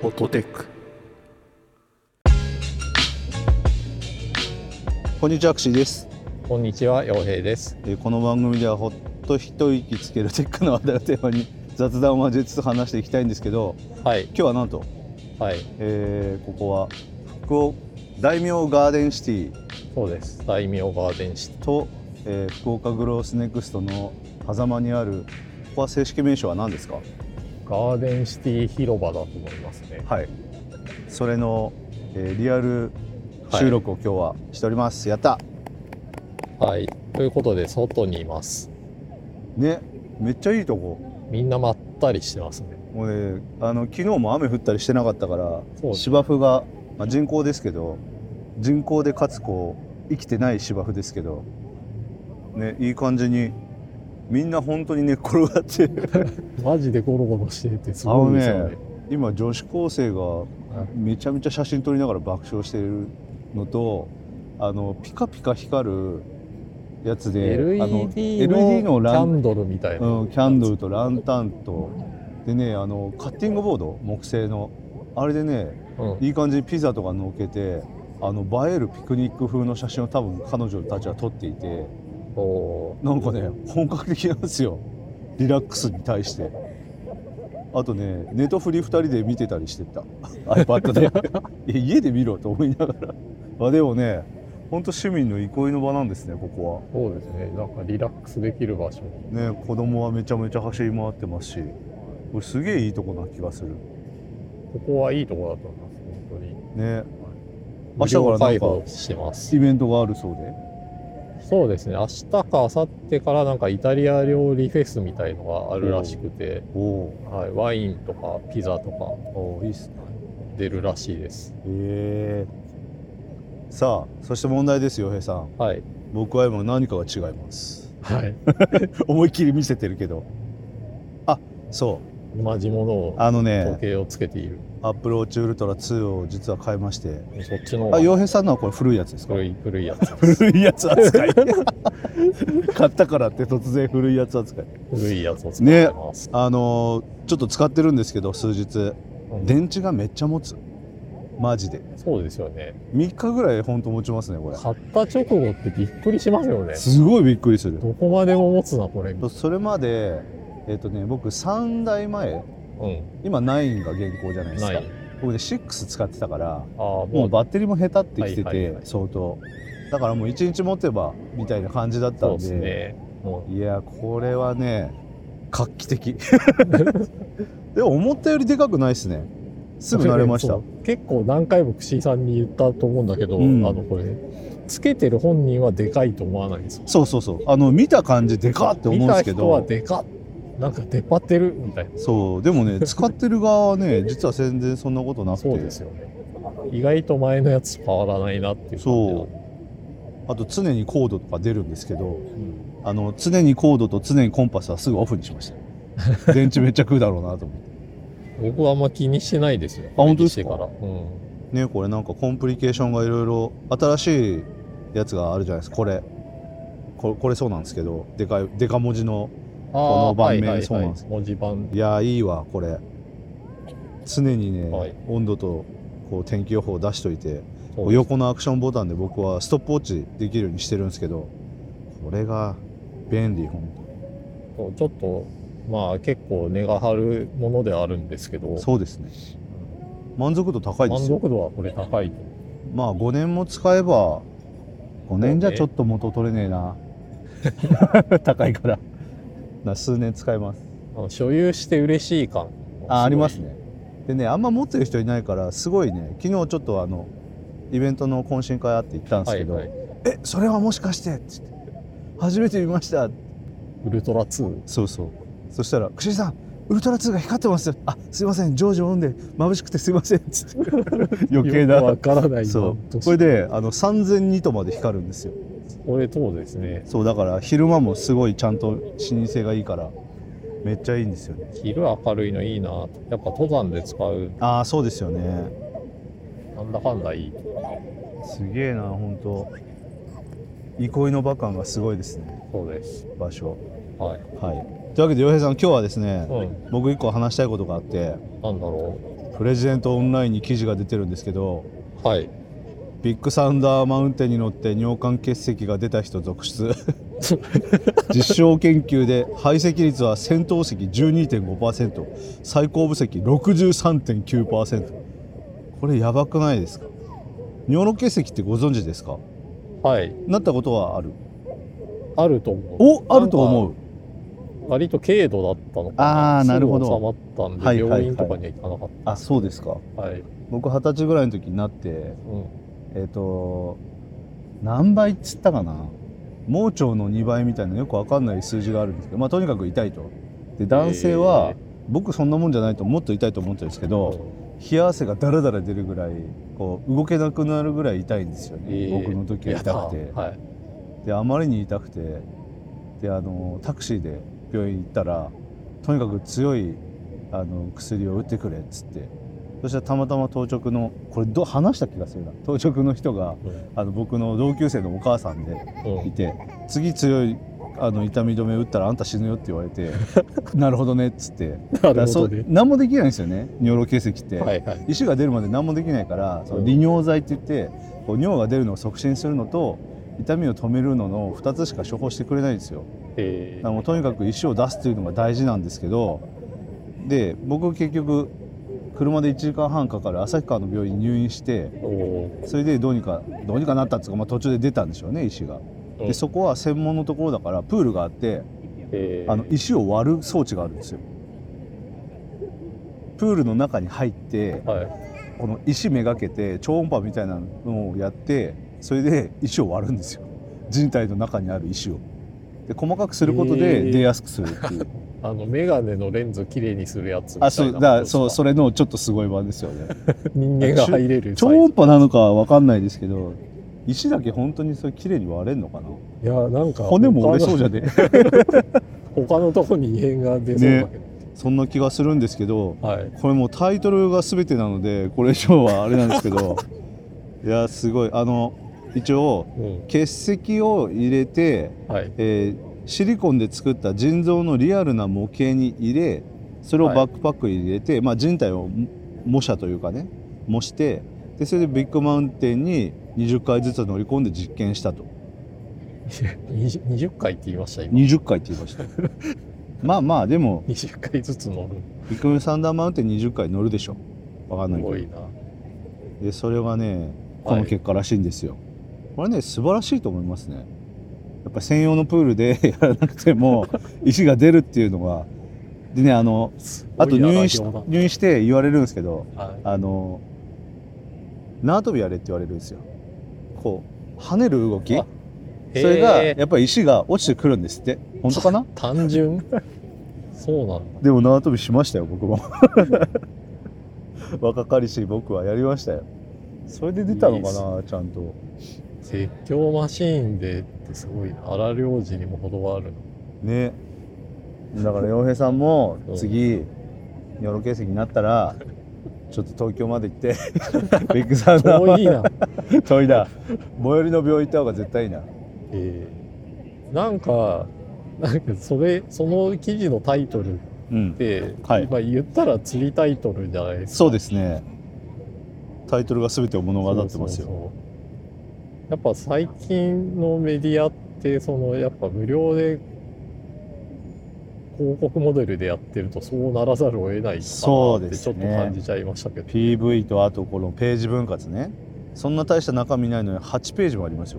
フォトテック。こんにちは、アクシーです。 こんにちは、陽平です。 この番組ではほっと一息つけるテックの話題をテーマに雑談を交えつつ話していきたいんですけど、 はい、 今日はなんと、 はい、 ここは大名ガーデンシティそうです。大名ガーデンシティと、福岡グロースネクストの狭間にある、ここは正式名称は何ですか？ ガーデンシティ広場だと思いますね。 はい。それの、リアル収録を今日はしております。やった。 はい、ということで外にいます。 ね、めっちゃいいとこ。 みんなまったりしてますね。 もうね、昨日も雨降ったりしてなかったから、 そうです芝生が、人工ですけど、人工でかつ生きてない芝生ですけど、ね、いい感じにみんな本当に寝っ転がってマジでゴロゴロしててすごいですよね。 今女子高生がめちゃめちゃ写真撮りながら爆笑してるのと、ピカピカ光るやつで LED のキャンドルみたいな、 キャンドルとランタンとでね、カッティングボード木製のあれでね、いい感じにピザとか乗っけて映えるピクニック風の写真を多分彼女たちは撮っていて、なんかね本格的なんですよ、リラックスに対して。あとね、ネトフリ2人で見てたりしてたiPad で家で見ろと思いながらでもね、本当市民の憩いの場なんですね、ここは。 そうですね、なんかリラックスできる場所ね。子供はめちゃめちゃ走り回ってますし、これすげえいいとこな気がする。 ここはいいとこだと思います、本当にね。 明日からなんかしてますイベントがあるそうで。 そうですね、明日か明後日からなんかイタリア料理フェスみたいのがあるらしくて、はい、ワインとかピザとかいいっすね、 出るらしいです。 さあ、そして問題ですよ、平さん。 はい。 僕は今何かが違います。 はい。 思いっきり見せてるけど。そう。 同じものを時計をつけている。 アップルウォッチウルトラ2を実は買いまして。 そっちの。 洋平さんのはこれ古いやつですか？ 古いやつ。 古いやつ扱い。買ったからって突然古いやつ扱い。 古いやつを使ってます。 ね、ちょっと使ってるんですけど数日、電池がめっちゃ持つ。マジで。 そうですよね。 3日ぐらい本当持ちますね、これ。 買った直後ってびっくりしますよね。 すごいびっくりする。 どこまでも持つな、これ。 それまで、僕3代前、今9が現行じゃないですか。僕で6使ってたから、もうバッテリーも下手ってきてて、相当。だからもう1日持てばみたいな感じだったんで、いや、これはね、画期的。でも思ったよりでかくないですね。すぐ慣れました。 結構何回も串井さんに言ったと思うんだけど、これつけてる本人はでかいと思わないんですよ。 そう見た感じでかって思うんですけど、 見た人はでかっ、なんか出っ張ってるみたいな。 そうでもね、使ってる側はね実は全然そんなことなくて。 そうですよね。意外と前のやつ変わらないなっていう感じ。そうあと常にコードとか出るんですけど、常にコードと常にコンパスはすぐオフにしました電池めっちゃ食うだろうなと思って。 僕はあんま気にしてないですよ。 本当ですか？ ね、 これなんかコンプリケーションがいろいろ新しいやつがあるじゃないですか。これそうなんですけど、でか文字のこの盤面、そうなんです。 文字盤。 いやいいわこれ。常にね、温度と天気予報を出しといて、横のアクションボタンで僕はストップウォッチできるようにしてるんですけど、これが便利。本当ちょっと結構値が張るものではあるんですけど。 そうですね、満足度高いですよ。 満足度はこれ高い。 5年も使えば、5年じゃちょっと元取れねえな高いから数年使えます。 所有して嬉しい感ありますね。でね、あんま持ってる人いないからすごいね。昨日ちょっとイベントの懇親会あって行ったんですけど、それはもしかしてって言って、初めて見ました。 ウルトラ2。 そしたら、串井さんウルトラ2が光ってますよ。すいません、ジョージオンで眩しくてすいませんっつって余計な。 わからない。 これで3000ニトまで光るんですよ。 これそうですね。 そうだから昼間もすごいちゃんと視認性がいいからめっちゃいいんですよね。 昼明るいのいいな。やっぱ登山で使う。 そうですよね。 なんだかんだいい。 すげえな、本当。憩いの場感がすごいですね。 そうです。 場所。 はい。 というわけで洋平さん、今日はですね、 うん、 僕一個話したいことがあって、 なんだろプレジデントオンラインに記事が出てるんですけど、 う。はい。 ビッグサンダーマウンテンに乗って尿管結石が出た人続出実証研究で排石率は先頭石 12.5%、 最後部石 63.9%。 これやばくないですか？尿路結石ってご存知ですか？ はい。 なったことはある？ あると思う。 あると思う。 割と軽度だったのかな。 なるほど。 すぐ収まったんで、 はいはいはい、 病院とかには行かなかった。 あ、そうですか。 はい。 僕20歳ぐらいの時になって、 うん、 何倍っつったかな、盲腸の2倍みたいなよくわかんない数字があるんですけど、とにかく痛いと。で男性は、僕そんなもんじゃないともっと痛いと思ってるんですけど、冷や汗がダラダラ出るぐらいこう動けなくなるぐらい痛いんですよね、僕の時は痛くて、 はい、 であまりに痛くて、でタクシーで病院行ったら、とにかく強い薬を打ってくれっつって、そしたらたまたま当直の、これ話した気がするな、当直の人が、僕の同級生のお母さんでいて、次強い痛み止め打ったらあんた死ぬよって言われてなるほどねっつって、何もできないんですよね、尿路結石って、はいはい、石が出るまで何もできないから、その利尿剤って言ってこう尿が出るのを促進するのと痛みを止めるのの2つしか処方してくれないんですよ。だからもうとにかく石を出すっていうのが大事なんですけど、で僕結局車で1時間半かかる旭川の病院に入院して、それでどうにかなったっていうか、途中で出たんでしょうね、石が。でそこは専門のところだからプールがあって、石を割る装置があるんですよ。プールの中に入って、はい、この石めがけて超音波みたいなのをやって、それで石を割るんですよ、人体の中にある石を。で細かくすることで出やすくするっていう、 メガネのレンズきれいにするやつみたいな。 それのちょっとすごい版ですよね人間が入れる超音波なのかは分かんないですけど、石だけ本当にそれきれいに割れんのかな。 いや、なんか骨も折れそうじゃね他のとこに異変が出そうだけど、 そんな気がするんですけど、はい、これもうタイトルが全てなのでこれ以上はあれなんですけどいやすごい、一応、結石を入れて、はい、シリコンで作った腎臓のリアルな模型に入れ、それをバックパックに入れて、人体を模写というかね、模して、でそれでビッグマウンテンに20回ずつ乗り込んで実験したと。 20回って言いました今。 20回って言いましたでも 20回ずつ乗る。 ビッグサンダーマウンテン20回乗るでしょ、分かんないけど。すごいな。でそれがねこの結果らしいんですよ、はい、これね素晴らしいと思いますね。やっぱり専用のプールでやらなくても石が出るっていうのは。でね、あと入院して言われるんですけど、はい、縄跳びやれって言われるんですよ。こう跳ねる動き、それがやっぱり石が落ちてくるんですって。本当かな？ 単純そうなんだ。 でも縄跳びしましたよ僕も若かりし僕はやりましたよ。それで出たのかな、ちゃんと。 絶叫マシーンでってすごいな。荒療治にも程があるのね。だから洋平さんも次尿路結石になったらちょっと東京まで行ってビッグサンダー遠いな遠いな、最寄りの病院行った方が絶対いいな。 なんかその記事のタイトルって、はい、言ったら釣りタイトルじゃないですか。 そうですね、タイトルが全てを物語ってますよ。 やっぱ最近のメディアってやっぱ無料で広告モデルでやってるとそうならざるを得ないかなってちょっと感じちゃいましたけど、 PV とあとこのページ分割ね、そんな大した中身ないのに8ページもありますよ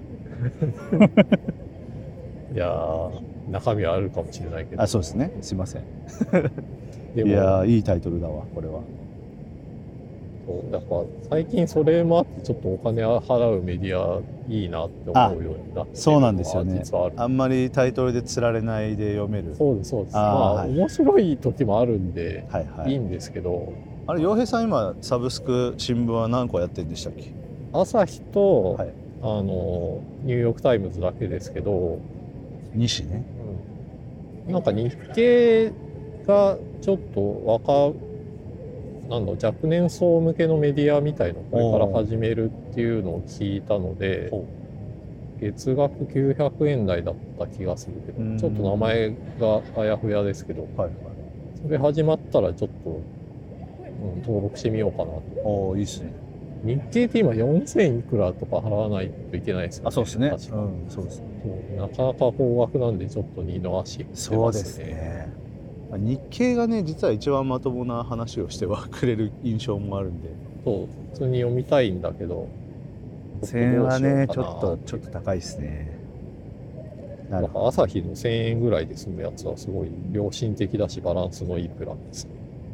いやー、中身はあるかもしれないけど。 そうですね、すいませんいやいいタイトルだわこれは。 やっぱ最近それもあってちょっとお金払うメディアいいなって思うようになって。 そうなんですよね。あんまりタイトルで釣られないで読める。 そうですそうです。面白い時もあるんでいいんですけど。 あれ洋平さん今サブスク新聞は何個やってるんでしたっけ？ 朝日と、はい、ニューヨークタイムズだけですけど。 西ね。 なんか日経がちょっと若年層向けのメディアみたいのをこれから始めるっていうのを聞いたので、 月額900円台だった気がするけど、ちょっと名前があやふやですけど、はいはい、それ始まったらちょっと、登録してみようかなと。 いいっすね。 日経って今4000いくらとか払わないといけないですよね。 そうですね。そうですね。 なかなか高額なんでちょっと二の足ってますね。 そうですね。日経がね、実は一番まともな話をしてはくれる印象もあるんで。 そう、普通に読みたいんだけど。 1000円はね、ちょっと高いですね。 なんか朝日の1000円ぐらいで済むやつはすごい良心的だし、バランスのいいプランですね。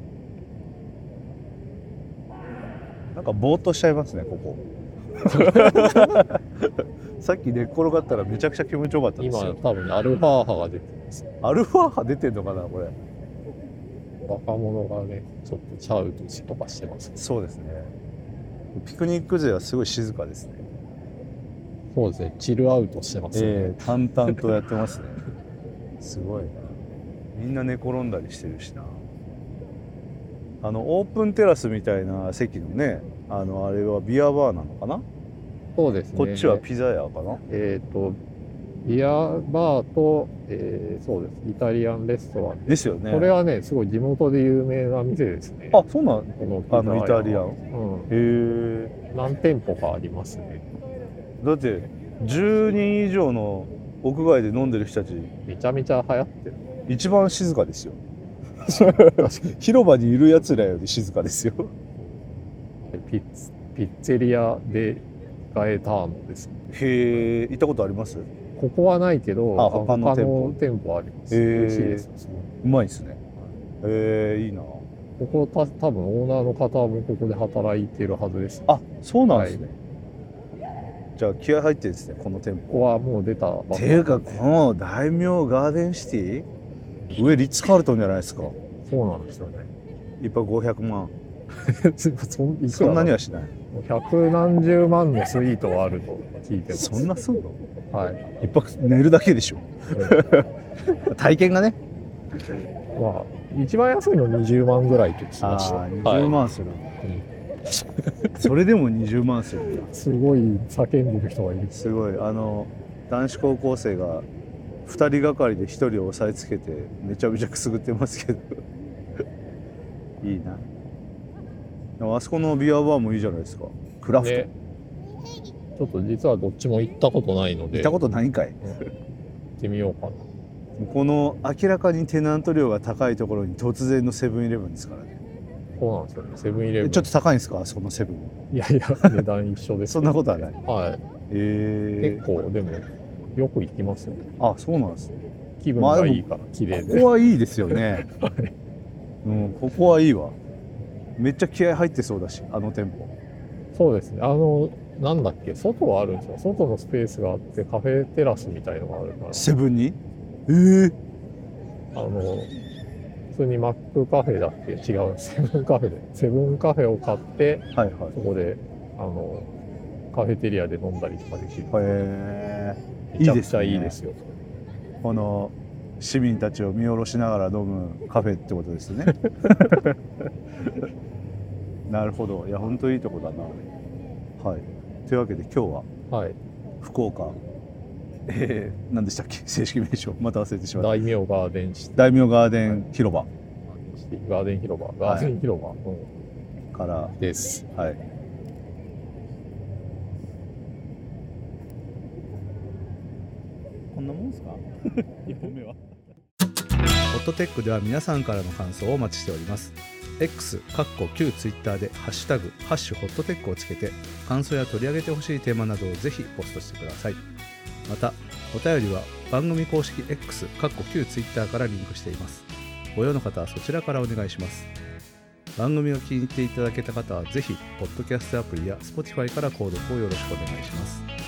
なんかぼーっとしちゃいますね、ここ。さっき寝っ転がったらめちゃくちゃ気持ちよかったですよ。 今多分アルファ波が出てます。 アルファ波出てんのかな、これ。 若者がね、ちょっとシャウトとかしてます、ね。 そうですね。ピクニック勢はすごい静かですね。 そうですね、チルアウトしてますね。 淡々とやってますね。すごいな。みんな寝転んだりしてるしな。オープンテラスみたいな席のね、あれはビアバーなのかな。 そうですね。 こっちはピザ屋かな。 ビアバーと、そうです、イタリアンレストランですよね。 これはね、すごい地元で有名な店ですね。 あ、そうなん。イタリアン。 へえ。何店舗かありますね。 だって10人以上の屋外で飲んでる人たちめちゃめちゃ流行ってる。 一番静かですよ。広場にいるやつらより静かですよ。 ピッツェリアでガエターノですね。 へえ、行ったことあります？ ここはないけど、 他の店舗あります。美味しいです。 うまいですね。いいな。 ここ多分オーナーの方もここで働いてるはずです。 あ、そうなんですね。じゃあ気合入ってるんですね、この店舗。 ここはもう出たばっかり。 っていうか、この大名ガーデンシティ上リッツカールトンじゃないですか。 そうなんですよね。 一泊500万。 そんなにはしない。 百何十万のスイートはあると聞いてます。 そんなすんの？ はい。 一泊寝るだけでしょ。体験がね。 まあ一番安いの20万ぐらいと聞きました。 20万する。それでも20万する。 すごい叫んでる人がいる。 すごい。男子高校生が2人がかりで1人を押さえつけてめちゃめちゃくすぐってますけど。いいな。あそこのビアバーもいいじゃないですか。クラフト。ね、 ちょっと実はどっちも行ったことないので。 行ったことないんかい。 行ってみようかな。 この明らかにテナント料が高いところに突然のセブンイレブンですからね。 そうなんですよね。セブンイレブン。 ちょっと高いんですか、そのセブン。 いやいや、値段一緒です。 そんなことはない。 はい。結構でもよく行きますよね。 あ、そうなんですね。 気分がいいから綺麗で。 ここはいいですよね。はい。ここはいいわ。めっちゃ気合入ってそうだし、あの店舗。 そうですね。なんだっけ、外はあるんですよ。外のスペースがあってカフェテラスみたいのがあるから。 セブンに？ 普通にマックカフェだっけ？違う、セブンカフェで。セブンカフェを買って、はいはい、そこでカフェテリアで飲んだりとかできる。めちゃくちゃいいですよ。 この市民たちを見下ろしながら飲むカフェってことですね。なるほど。いや本当にいいとこだな。はい。というわけで今日は、はい、福岡、何でしたっけ、正式名称また忘れてしまった。 大名ガーデン大名ガーデン広場、 ガーデン広場、ガーデン広場、 からです。 はい。こんなもんですか？1本目は。ホットテックでは皆さんからの感想をお待ちしております。X、旧 Twitter でハッシュタグ、ハッシュホットテックをつけて、感想や取り上げてほしいテーマなどをぜひポストしてください。また、お便りは番組公式 X、旧 Twitter からリンクしています。ご用の方はそちらからお願いします。番組を気に入っていただけた方はぜひ、ポッドキャストアプリや Spotify から購読をよろしくお願いします。